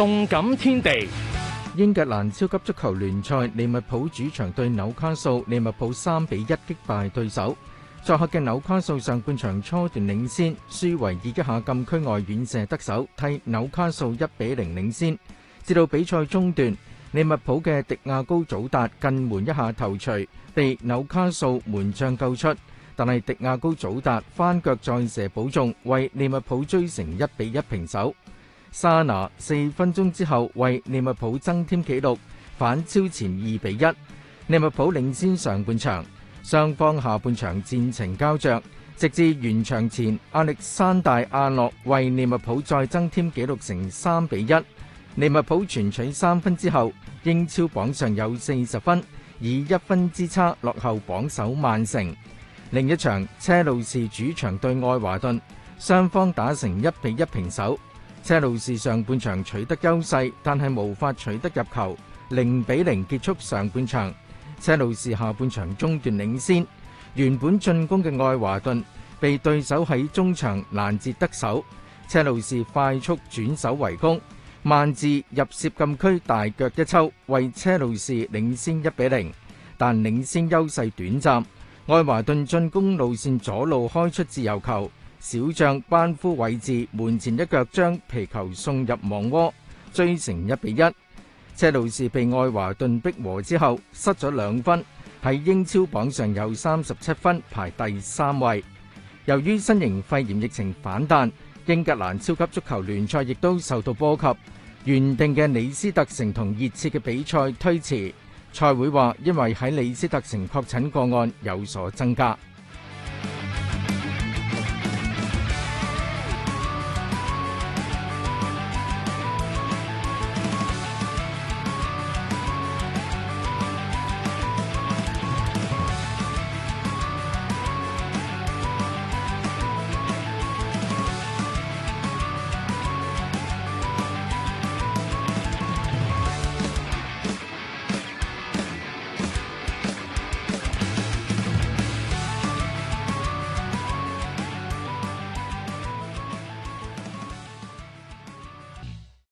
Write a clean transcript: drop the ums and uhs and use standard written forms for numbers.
動感天地， 英格蘭超級足球聯賽，利物浦主場對紐卡素，利物浦3-1擊敗對手。作客嘅紐卡素上半場初段領先，舒維爾一下禁區外遠射得手，替紐卡素1-0領先。至到比賽中段，利物浦嘅迪亞高祖達近門一下頭槌，被紐卡素門將救出，但係迪亞高祖達翻腳再射補中，為利物浦追成1-1平手。沙拿4分鐘之後為利物浦增添紀錄，反超前2-1。利物浦領先上半場，雙方下半場戰情膠着，直至完場前，亞歷山大阿諾為利物浦再增添紀錄成3-1。利物浦全取3分之後，英超榜上有40分，以1分之差落後榜首曼城。另一場車路士主場對愛華頓，雙方打成1-1平手。車路士上半場取得優勢，但係無法取得入球，0-0結束上半場。車路士下半場中段領先，原本進攻嘅愛華頓被對手喺中場攔截得手，車路士快速轉守為攻，曼治入涉禁區大腳一抽，為車路士領先1-0，但領先優勢短暫。愛華頓進攻路線左路開出自由球，小將班夫韋治門前一腳將皮球送入網窩，追成1-1。車路士被愛華頓逼和之後失咗2分，喺英超榜上有37分，排第3位。由於新型肺炎疫情反彈，英格蘭超級足球聯賽亦都受到波及，原定嘅李斯特城同熱刺嘅比賽推遲。賽會話因為喺李斯特城確診個案有所增加。